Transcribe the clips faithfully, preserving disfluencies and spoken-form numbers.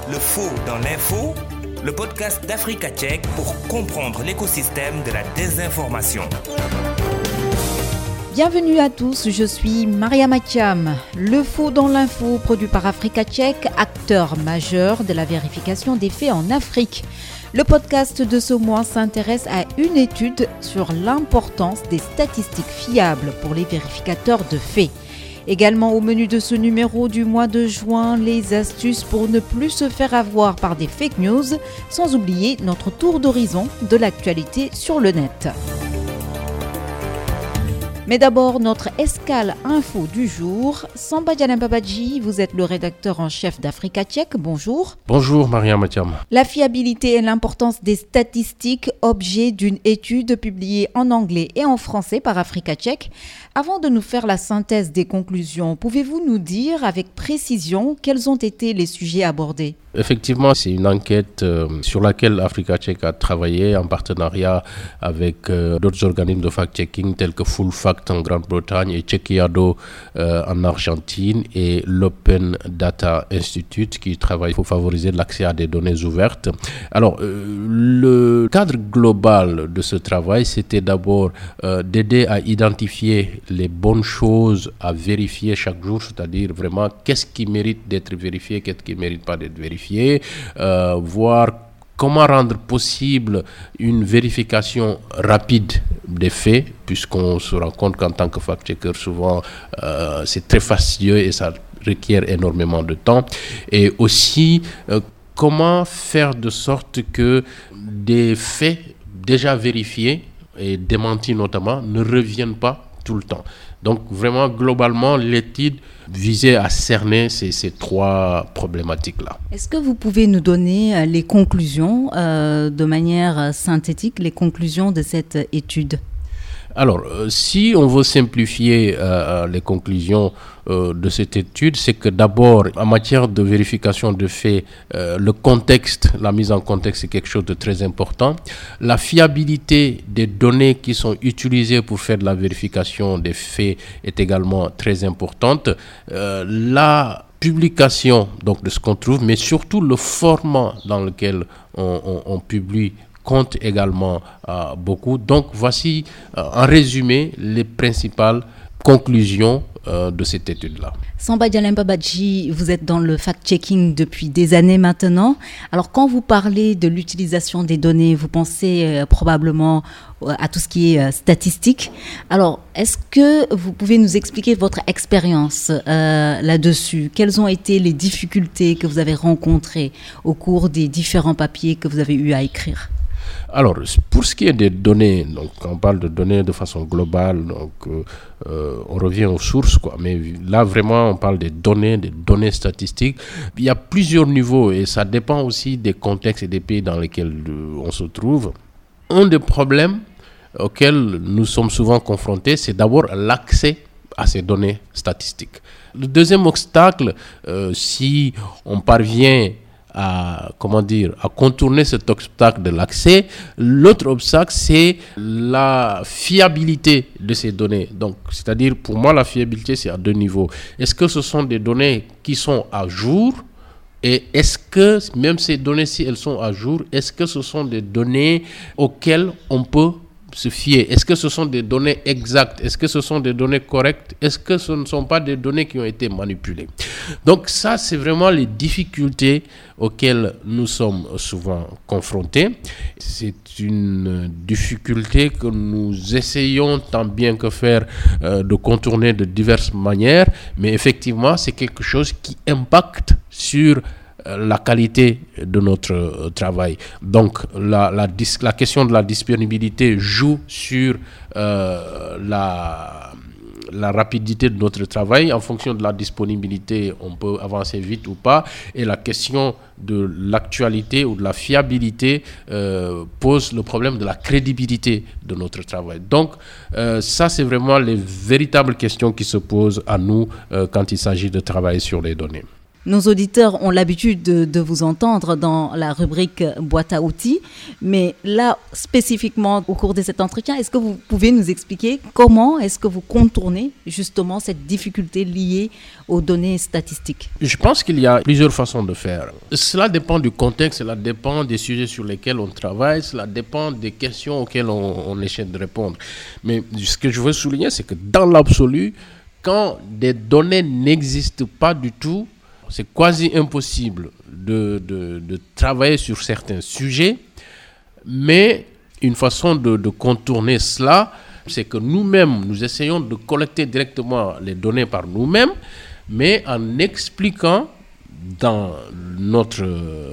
Le faux dans l'info, le podcast d'Africa Tchèque pour comprendre l'écosystème de la désinformation. Bienvenue à tous, je suis Maria Mathiam. Le faux dans l'info, produit par Africa Tchèque, acteur majeur de la vérification des faits en Afrique. Le podcast de ce mois s'intéresse à une étude sur l'importance des statistiques fiables pour les vérificateurs de faits. Également au menu de ce numéro du mois de juin, les astuces pour ne plus se faire avoir par des fake news, sans oublier notre tour d'horizon de l'actualité sur le net. Mais d'abord, notre escale info du jour. Samba Dialembabadji, vous êtes le rédacteur en chef d'Africa Tchèque. Bonjour. Bonjour Maria Mathiam. La fiabilité et l'importance des statistiques, objet d'une étude publiée en anglais et en français par Africa Tchèque. Avant de nous faire la synthèse des conclusions, pouvez-vous nous dire avec précision quels ont été les sujets abordés ? Effectivement, c'est une enquête euh, sur laquelle Africa Tchèque a travaillé en partenariat avec euh, d'autres organismes de fact-checking tels que Full Fact en Grande-Bretagne et Chequeado euh, en Argentine et l'Open Data Institute qui travaille pour favoriser l'accès à des données ouvertes. Alors, euh, le cadre global de ce travail, c'était d'abord euh, d'aider à identifier les bonnes choses à vérifier chaque jour, c'est-à-dire vraiment qu'est-ce qui mérite d'être vérifié, qu'est-ce qui ne mérite pas d'être vérifié, euh, voir comment rendre possible une vérification rapide des faits, puisqu'on se rend compte qu'en tant que fact-checker, souvent, euh, c'est très fastidieux et ça requiert énormément de temps. Et aussi, euh, comment faire de sorte que des faits déjà vérifiés et démentis notamment ne reviennent pas tout le temps. Donc vraiment, globalement, l'étude visait à cerner ces, ces trois problématiques-là. Est-ce que vous pouvez nous donner les conclusions euh, de manière synthétique, les conclusions de cette étude ? Alors, euh, si on veut simplifier euh, les conclusions euh, de cette étude, c'est que d'abord, en matière de vérification de faits, euh, le contexte, la mise en contexte, c'est quelque chose de très important. La fiabilité des données qui sont utilisées pour faire de la vérification des faits est également très importante. Euh, la publication donc, de ce qu'on trouve, mais surtout le format dans lequel on, on, on publie compte également euh, beaucoup. Donc, voici euh, en résumé les principales conclusions euh, de cette étude-là. Samba Dialembabadji, vous êtes dans le fact-checking depuis des années maintenant. Alors, quand vous parlez de l'utilisation des données, vous pensez euh, probablement euh, à tout ce qui est euh, statistique. Alors, est-ce que vous pouvez nous expliquer votre expérience euh, là-dessus ? Quelles ont été les difficultés que vous avez rencontrées au cours des différents papiers que vous avez eu à écrire ? Alors, pour ce qui est des données, donc quand on parle de données de façon globale, donc euh, on revient aux sources, quoi. Mais là, vraiment, on parle des données, des données statistiques. Il y a plusieurs niveaux et ça dépend aussi des contextes et des pays dans lesquels euh, on se trouve. Un des problèmes auxquels nous sommes souvent confrontés, c'est d'abord l'accès à ces données statistiques. Le deuxième obstacle, euh, si on parvient à, comment dire, à contourner cet obstacle de l'accès. L'autre obstacle, c'est la fiabilité de ces données. Donc, c'est-à-dire, pour moi, la fiabilité, c'est à deux niveaux. Est-ce que ce sont des données qui sont à jour? Et est-ce que, même ces données, si elles sont à jour, est-ce que ce sont des données auxquelles on peut se fier? Est-ce que ce sont des données exactes? Est-ce que ce sont des données correctes? Est-ce que ce ne sont pas des données qui ont été manipulées? Donc ça, c'est vraiment les difficultés auxquelles nous sommes souvent confrontés. C'est une difficulté que nous essayons tant bien que faire euh, de contourner de diverses manières, mais effectivement, c'est quelque chose qui impacte sur la qualité de notre travail. Donc, la, la, la question de la disponibilité joue sur euh, la, la rapidité de notre travail. En fonction de la disponibilité, on peut avancer vite ou pas. Et la question de l'actualité ou de la fiabilité euh, pose le problème de la crédibilité de notre travail. Donc, euh, ça, c'est vraiment les véritables questions qui se posent à nous euh, quand il s'agit de travailler sur les données. Nos auditeurs ont l'habitude de, de vous entendre dans la rubrique boîte à outils, mais là, spécifiquement au cours de cet entretien, est-ce que vous pouvez nous expliquer comment est-ce que vous contournez justement cette difficulté liée aux données statistiques? Je pense qu'il y a plusieurs façons de faire. Cela dépend du contexte, cela dépend des sujets sur lesquels on travaille, cela dépend des questions auxquelles on, on essaie de répondre. Mais ce que je veux souligner, c'est que dans l'absolu, quand des données n'existent pas du tout, c'est quasi impossible de, de, de travailler sur certains sujets, mais une façon de, de contourner cela, c'est que nous-mêmes, nous essayons de collecter directement les données par nous-mêmes, mais en expliquant dans notre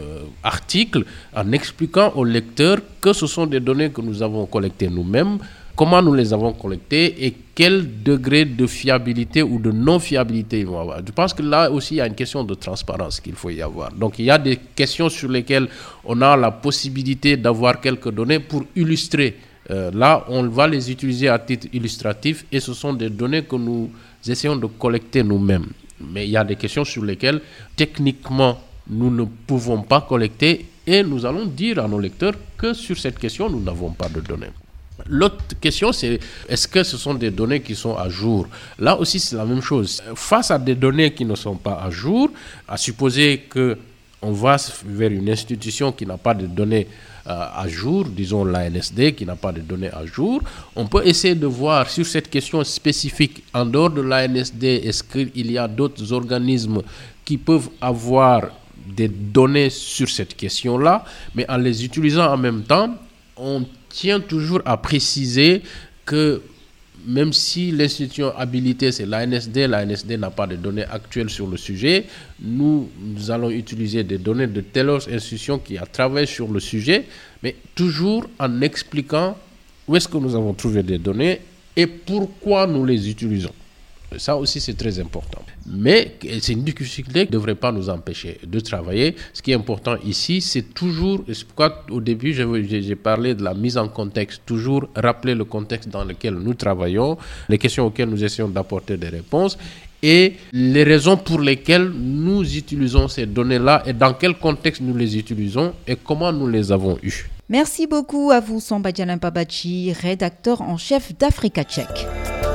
article, en expliquant aux lecteurs que ce sont des données que nous avons collectées nous-mêmes, comment nous les avons collectées et quel degré de fiabilité ou de non-fiabilité ils vont avoir. Je pense que là aussi, il y a une question de transparence qu'il faut y avoir. Donc, il y a des questions sur lesquelles on a la possibilité d'avoir quelques données pour illustrer. Euh, là, on va les utiliser à titre illustratif et ce sont des données que nous essayons de collecter nous-mêmes. Mais il y a des questions sur lesquelles, techniquement, nous ne pouvons pas collecter et nous allons dire à nos lecteurs que sur cette question, nous n'avons pas de données. L'autre question, c'est est-ce que ce sont des données qui sont à jour? Là aussi, c'est la même chose. Face à des données qui ne sont pas à jour, à supposer qu'on va vers une institution qui n'a pas de données euh, à jour, disons l'A N S D qui n'a pas de données à jour, on peut essayer de voir sur cette question spécifique, en dehors de l'A N S D, est-ce qu'il y a d'autres organismes qui peuvent avoir des données sur cette question-là, mais en les utilisant en même temps, on tient toujours à préciser que même si l'institution habilitée c'est l'A N S D, l'A N S D n'a pas de données actuelles sur le sujet, nous, nous allons utiliser des données de telle autre institution qui a travaillé sur le sujet, mais toujours en expliquant où est-ce que nous avons trouvé des données et pourquoi nous les utilisons. Ça aussi, c'est très important. Mais c'est une difficulté qui ne devrait pas nous empêcher de travailler. Ce qui est important ici, c'est toujours, et c'est pourquoi au début, j'ai, j'ai parlé de la mise en contexte, toujours rappeler le contexte dans lequel nous travaillons, les questions auxquelles nous essayons d'apporter des réponses et les raisons pour lesquelles nous utilisons ces données-là et dans quel contexte nous les utilisons et comment nous les avons eues. Merci beaucoup à vous, Samba Dialim-Pabachi, rédacteur en chef d'Africa Check.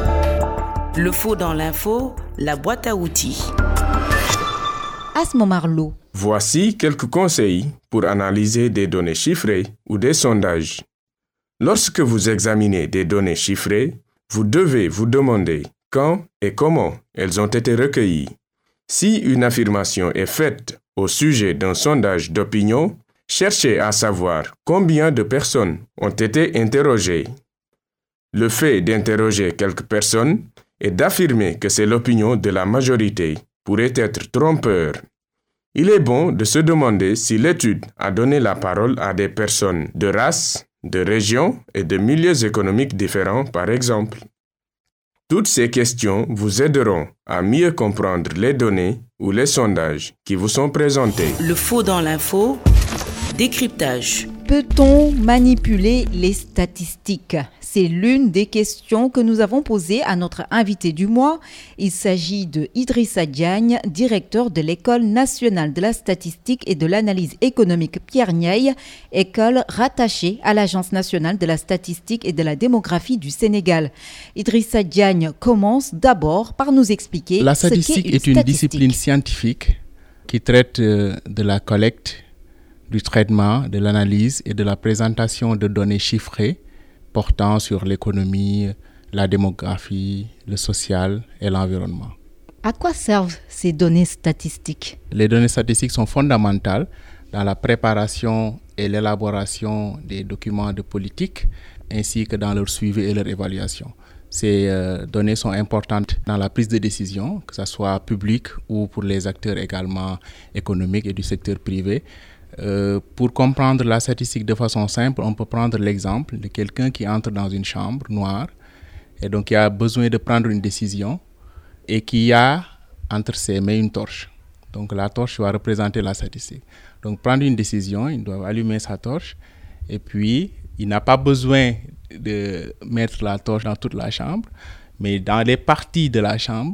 Le faux dans l'info, la boîte à outils. Asmo Marlo. Voici quelques conseils pour analyser des données chiffrées ou des sondages. Lorsque vous examinez des données chiffrées, vous devez vous demander quand et comment elles ont été recueillies. Si une affirmation est faite au sujet d'un sondage d'opinion, cherchez à savoir combien de personnes ont été interrogées. Le fait d'interroger quelques personnes et d'affirmer que c'est l'opinion de la majorité pourrait être trompeur. Il est bon de se demander si l'étude a donné la parole à des personnes de race, de régions et de milieux économiques différents, par exemple. Toutes ces questions vous aideront à mieux comprendre les données ou les sondages qui vous sont présentés. Le faux dans l'info, décryptage. Peut-on manipuler les statistiques? C'est l'une des questions que nous avons posées à notre invité du mois. Il s'agit de Idrissa Diagne, directeur de l'École nationale de la statistique et de l'analyse économique Pierre Niaille, école rattachée à l'Agence nationale de la statistique et de la démographie du Sénégal. Idrissa Diagne commence d'abord par nous expliquer la statistique ce qu'est une est une statistique. discipline scientifique qui traite de la collecte, du traitement, de l'analyse et de la présentation de données chiffrées portant sur l'économie, la démographie, le social et l'environnement. À quoi servent ces données statistiques? Les données statistiques sont fondamentales dans la préparation et l'élaboration des documents de politique ainsi que dans leur suivi et leur évaluation. Ces euh, données sont importantes dans la prise de décision, que ce soit publique ou pour les acteurs également économiques et du secteur privé. Euh, pour comprendre la statistique de façon simple, on peut prendre l'exemple de quelqu'un qui entre dans une chambre noire et donc qui a besoin de prendre une décision et qui a entre ses mains une torche. Donc la torche va représenter la statistique. Donc prendre une décision, il doit allumer sa torche et puis il n'a pas besoin de mettre la torche dans toute la chambre, mais dans les parties de la chambre,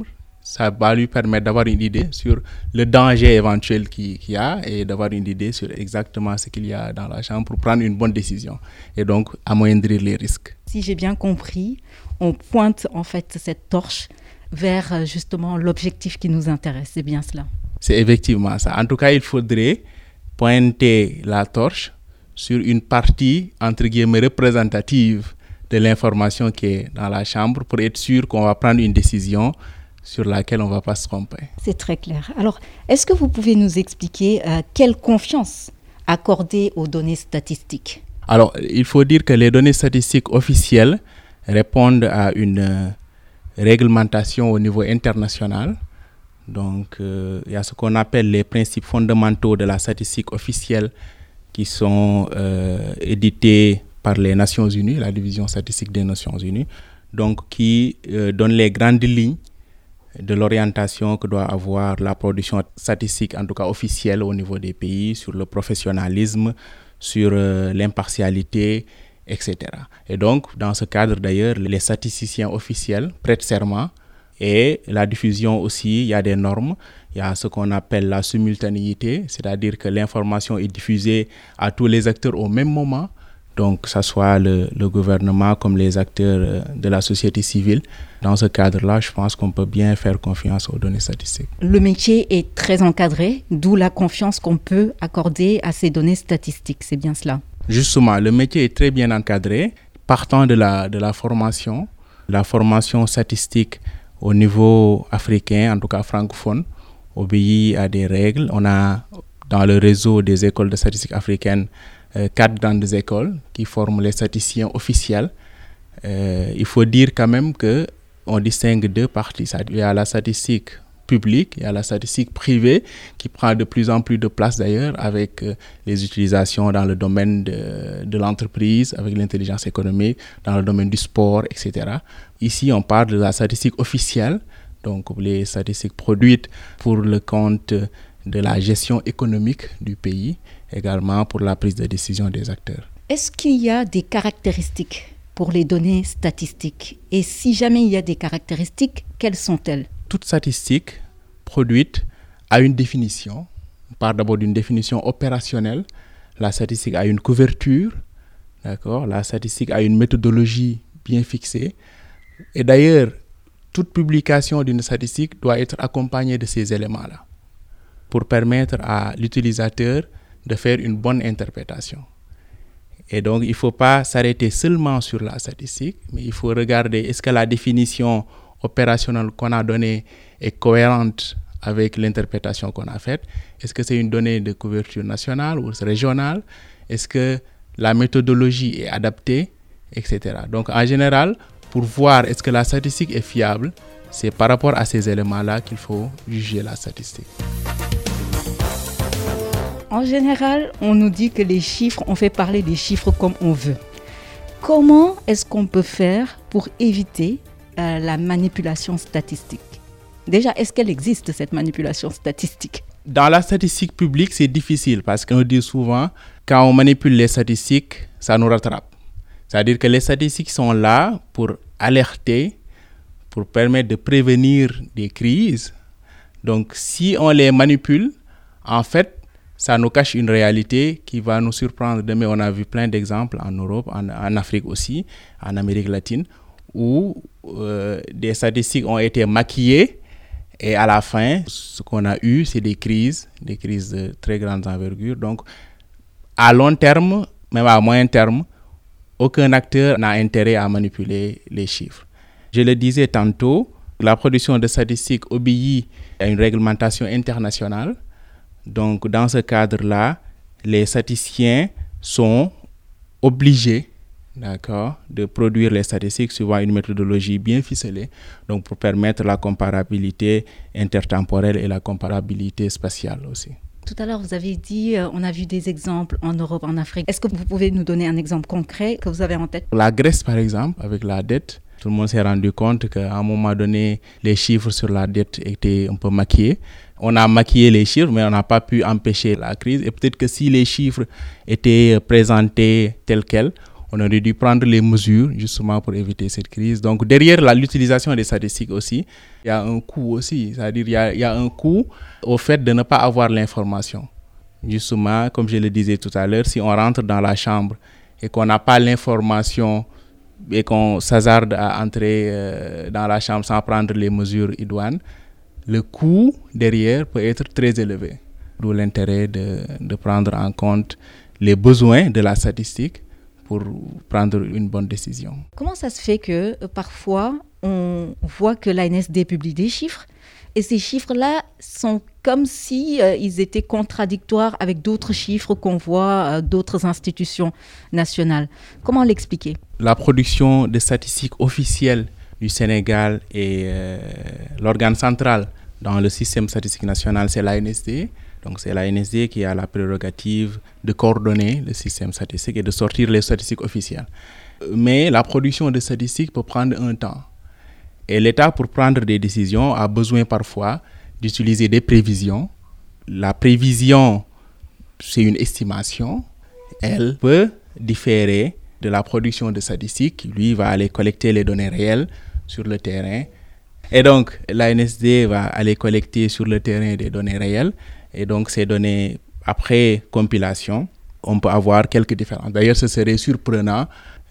ça va lui permettre d'avoir une idée sur le danger éventuel qu'il, qu'il y a et d'avoir une idée sur exactement ce qu'il y a dans la chambre pour prendre une bonne décision et donc amoindrir les risques. Si j'ai bien compris, on pointe en fait cette torche vers justement l'objectif qui nous intéresse. C'est bien cela? C'est effectivement ça. En tout cas, il faudrait pointer la torche sur une partie, entre guillemets, représentative de l'information qui est dans la chambre pour être sûr qu'on va prendre une décision sur laquelle on ne va pas se tromper. C'est très clair. Alors, est-ce que vous pouvez nous expliquer euh, quelle confiance accorder aux données statistiques? Alors, il faut dire que les données statistiques officielles répondent à une euh, réglementation au niveau international. Donc, euh, il y a ce qu'on appelle les principes fondamentaux de la statistique officielle qui sont euh, édités par les Nations Unies, la division statistique des Nations Unies, donc qui euh, donnent les grandes lignes de l'orientation que doit avoir la production statistique, en tout cas officielle au niveau des pays, sur le professionnalisme, sur euh, l'impartialité, et cetera. Et donc, dans ce cadre d'ailleurs, les statisticiens officiels prêtent serment et la diffusion aussi, il y a des normes. Il y a ce qu'on appelle la simultanéité, c'est-à-dire que l'information est diffusée à tous les acteurs au même moment, donc que ce soit le, le gouvernement comme les acteurs de la société civile. Dans ce cadre-là, je pense qu'on peut bien faire confiance aux données statistiques. Le métier est très encadré, d'où la confiance qu'on peut accorder à ces données statistiques, c'est bien cela? Justement, le métier est très bien encadré, partant de la, de la formation, la formation statistique au niveau africain, en tout cas francophone, obéit à des règles. On a dans le réseau des écoles de statistique africaines euh, quatre grandes écoles qui forment les statisticiens officiels. Euh, il faut dire quand même qu'on distingue deux parties. Il y a la statistique publique, il y a la statistique privée qui prend de plus en plus de place d'ailleurs avec euh, les utilisations dans le domaine de, de l'entreprise, avec l'intelligence économique, dans le domaine du sport, et cetera. Ici, on parle de la statistique officielle, donc les statistiques produites pour le compte de la gestion économique du pays, également pour la prise de décision des acteurs. Est-ce qu'il y a des caractéristiques pour les données statistiques? Et si jamais il y a des caractéristiques, quelles sont-elles? Toute statistique produite a une définition. On part d'abord d'une définition opérationnelle. La statistique a une couverture, d'accord? La statistique a une méthodologie bien fixée. Et d'ailleurs, toute publication d'une statistique doit être accompagnée de ces éléments-là pour permettre à l'utilisateur de faire une bonne interprétation. Et donc, il ne faut pas s'arrêter seulement sur la statistique, mais il faut regarder est-ce que la définition opérationnelle qu'on a donnée est cohérente avec l'interprétation qu'on a faite. Est-ce que c'est une donnée de couverture nationale ou régionale? Est-ce que la méthodologie est adaptée, et cetera. Donc, en général, pour voir est-ce que la statistique est fiable, c'est par rapport à ces éléments-là qu'il faut juger la statistique. En général, on nous dit que les chiffres, on fait parler des chiffres comme on veut. Comment est-ce qu'on peut faire pour éviter euh, la manipulation statistique? Déjà, est-ce qu'elle existe, cette manipulation statistique? Dans la statistique publique, c'est difficile parce qu'on dit souvent, quand on manipule les statistiques, ça nous rattrape. C'est-à-dire que les statistiques sont là pour alerter, pour permettre de prévenir des crises. Donc, si on les manipule, en fait, ça nous cache une réalité qui va nous surprendre demain. On a vu plein d'exemples en Europe, en, en Afrique aussi, en Amérique latine, où euh, des statistiques ont été maquillées et à la fin, ce qu'on a eu, c'est des crises, des crises de très grande envergure. Donc, à long terme, même à moyen terme, aucun acteur n'a intérêt à manipuler les chiffres. Je le disais tantôt, la production de statistiques obéit à une réglementation internationale. Donc, dans ce cadre-là, les statisticiens sont obligés, d'accord, de produire les statistiques suivant une méthodologie bien ficelée, donc pour permettre la comparabilité intertemporelle et la comparabilité spatiale aussi. Tout à l'heure, vous avez dit, euh, on a vu des exemples en Europe, en Afrique. Est-ce que vous pouvez nous donner un exemple concret que vous avez en tête? La Grèce, par exemple, avec la dette, tout le monde s'est rendu compte qu'à un moment donné, les chiffres sur la dette étaient un peu maquillés. On a maquillé les chiffres, mais on n'a pas pu empêcher la crise. Et peut-être que si les chiffres étaient présentés tels quels, On aurait dû prendre les mesures justement pour éviter cette crise. Donc derrière la, l'utilisation des statistiques aussi, il y a un coût aussi. C'est-à-dire il y a, il y a un coût au fait de ne pas avoir l'information. Justement, comme je le disais tout à l'heure, si on rentre dans la chambre et qu'on n'a pas l'information et qu'on s'hasarde à entrer euh, dans la chambre sans prendre les mesures idoines, le coût derrière peut être très élevé. D'où l'intérêt de, de prendre en compte les besoins de la statistique pour prendre une bonne décision. Comment ça se fait que euh, parfois on voit que l'A N S D publie des chiffres et ces chiffres-là sont comme si euh, ils étaient contradictoires avec d'autres chiffres qu'on voit euh, d'autres institutions nationales. Comment l'expliquer? La production de statistiques officielles du Sénégal et euh, l'organe central dans le système statistique national, c'est l'A N S D. Donc c'est l'A N S D qui a la prérogative de coordonner le système statistique et de sortir les statistiques officielles. Mais la production de statistiques peut prendre un temps. Et l'État, pour prendre des décisions, a besoin parfois d'utiliser des prévisions. La prévision, c'est une estimation. Elle peut différer de la production de statistiques. Lui va aller collecter les données réelles sur le terrain. Et donc, l'A N S D va aller collecter sur le terrain des données réelles. Et donc, ces données, après compilation, on peut avoir quelques différences. D'ailleurs, ce serait surprenant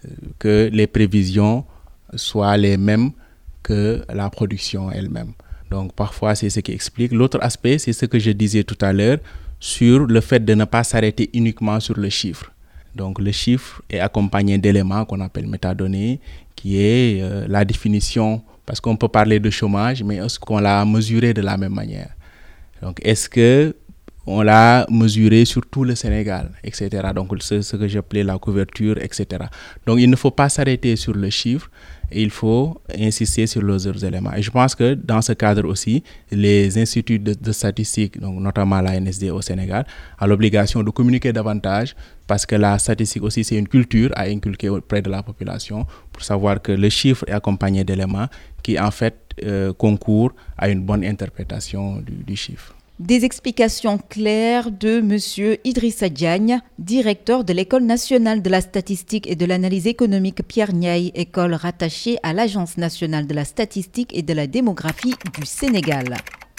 que les prévisions soient les mêmes que la production elle-même. Donc, parfois, c'est ce qui explique. L'autre aspect, c'est ce que je disais tout à l'heure sur le fait de ne pas s'arrêter uniquement sur le chiffre. Donc, le chiffre est accompagné d'éléments qu'on appelle métadonnées, qui est euh, la définition, parce qu'on peut parler de chômage, mais est-ce qu'on l'a mesuré de la même manière? Donc, est-ce qu'on l'a mesuré sur tout le Sénégal, et cetera. Donc, c'est ce que j'appelais la couverture, et cetera. Donc, il ne faut pas s'arrêter sur le chiffre, et il faut insister sur les autres éléments. Et je pense que dans ce cadre aussi, les instituts de, de statistiques, donc notamment l'A N S D au Sénégal, ont l'obligation de communiquer davantage, parce que la statistique aussi, c'est une culture à inculquer auprès de la population, pour savoir que le chiffre est accompagné d'éléments qui, en fait, euh, concourent à une bonne interprétation du, du chiffre. Des explications claires de M. Idrissa Diagne, directeur de l'École nationale de la statistique et de l'analyse économique Pierre Niaye, école rattachée à l'Agence nationale de la statistique et de la démographie du Sénégal.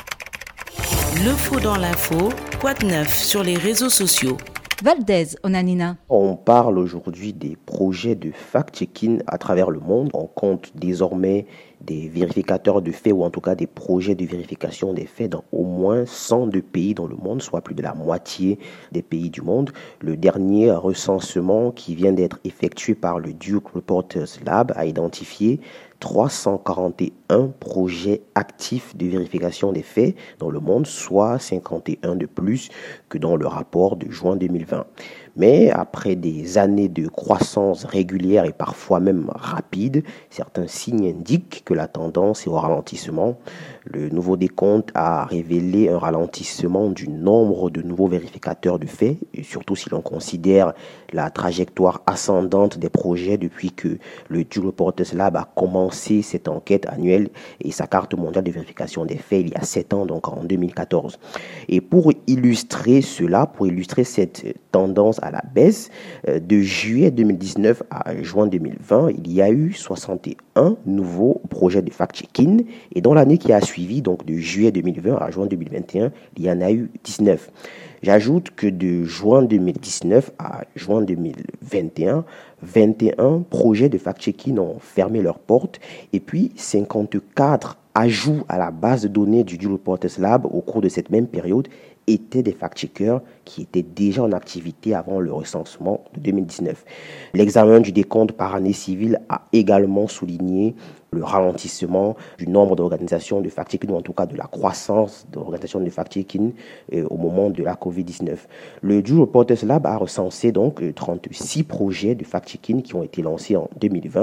Le faux dans l'info, quoi de neuf sur les réseaux sociaux? Valdez Onanina. On parle aujourd'hui des projets de fact-checking à travers le monde. On compte désormais des vérificateurs de faits ou en tout cas des projets de vérification des faits dans au moins cent deux pays dans le monde, soit plus de la moitié des pays du monde. Le dernier recensement qui vient d'être effectué par le Duke Reporters Lab a identifié trois cent quarante et un projets actifs de vérification des faits dans le monde, soit cinquante et un de plus que dans le rapport de juin deux mille vingt. Mais après des années de croissance régulière et parfois même rapide, certains signes indiquent que la tendance est au ralentissement. Le nouveau décompte a révélé un ralentissement du nombre de nouveaux vérificateurs de faits, et surtout si l'on considère la trajectoire ascendante des projets depuis que le Duke Reporters Lab a commencé cette enquête annuelle et sa carte mondiale de vérification des faits il y a sept ans, donc en deux mille quatorze. Et pour illustrer cela, pour illustrer cette tendance à la baisse, de juillet deux mille dix-neuf à juin deux mille vingt, il y a eu soixante et un nouveaux projets de fact-checking. Et dans l'année qui a suivi, donc de juillet deux mille vingt à juin deux mille vingt et un, il y en a eu dix-neuf. J'ajoute que de juin deux mille dix-neuf à juin deux mille vingt et un, vingt et un projets de fact-checking ont fermé leurs portes et puis cinquante-quatre ajouts à la base de données du Duke Reporters Lab au cours de cette même période étaient des fact-checkers qui étaient déjà en activité avant le recensement de deux mille dix-neuf. L'examen du décompte par année civile a également souligné le ralentissement du nombre d'organisations de fact-checking, ou en tout cas de la croissance d'organisations de fact-checking euh, au moment de la covid dix-neuf. Le Duke Reporters Lab a recensé donc trente-six projets de fact-checking qui ont été lancés en deux mille vingt.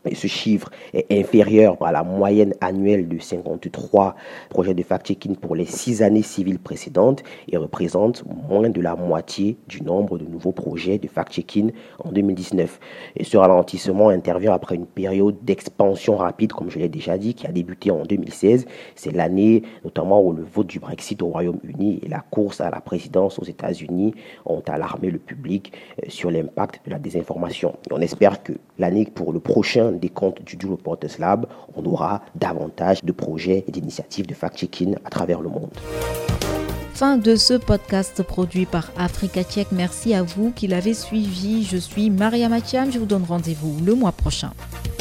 Et ce chiffre est inférieur à la moyenne annuelle de cinquante-trois projets de fact-checking pour les six années civiles précédentes et représente moins de la moitié du nombre de nouveaux projets de fact-checking en deux mille dix-neuf. Et ce ralentissement intervient après une période d'expansion rapide, comme je l'ai déjà dit, qui a débuté en deux mille seize. C'est l'année notamment où le vote du Brexit au Royaume-Uni et la course à la présidence aux États-Unis ont alarmé le public sur l'impact de la désinformation. Et on espère que l'année pour le prochain des comptes du Joule Reporters Lab, on aura davantage de projets et d'initiatives de fact-checking à travers le monde. Fin de ce podcast produit par Africa Check. Merci à vous qui l'avez suivi. Je suis Maria Mathiam. Je vous donne rendez-vous le mois prochain.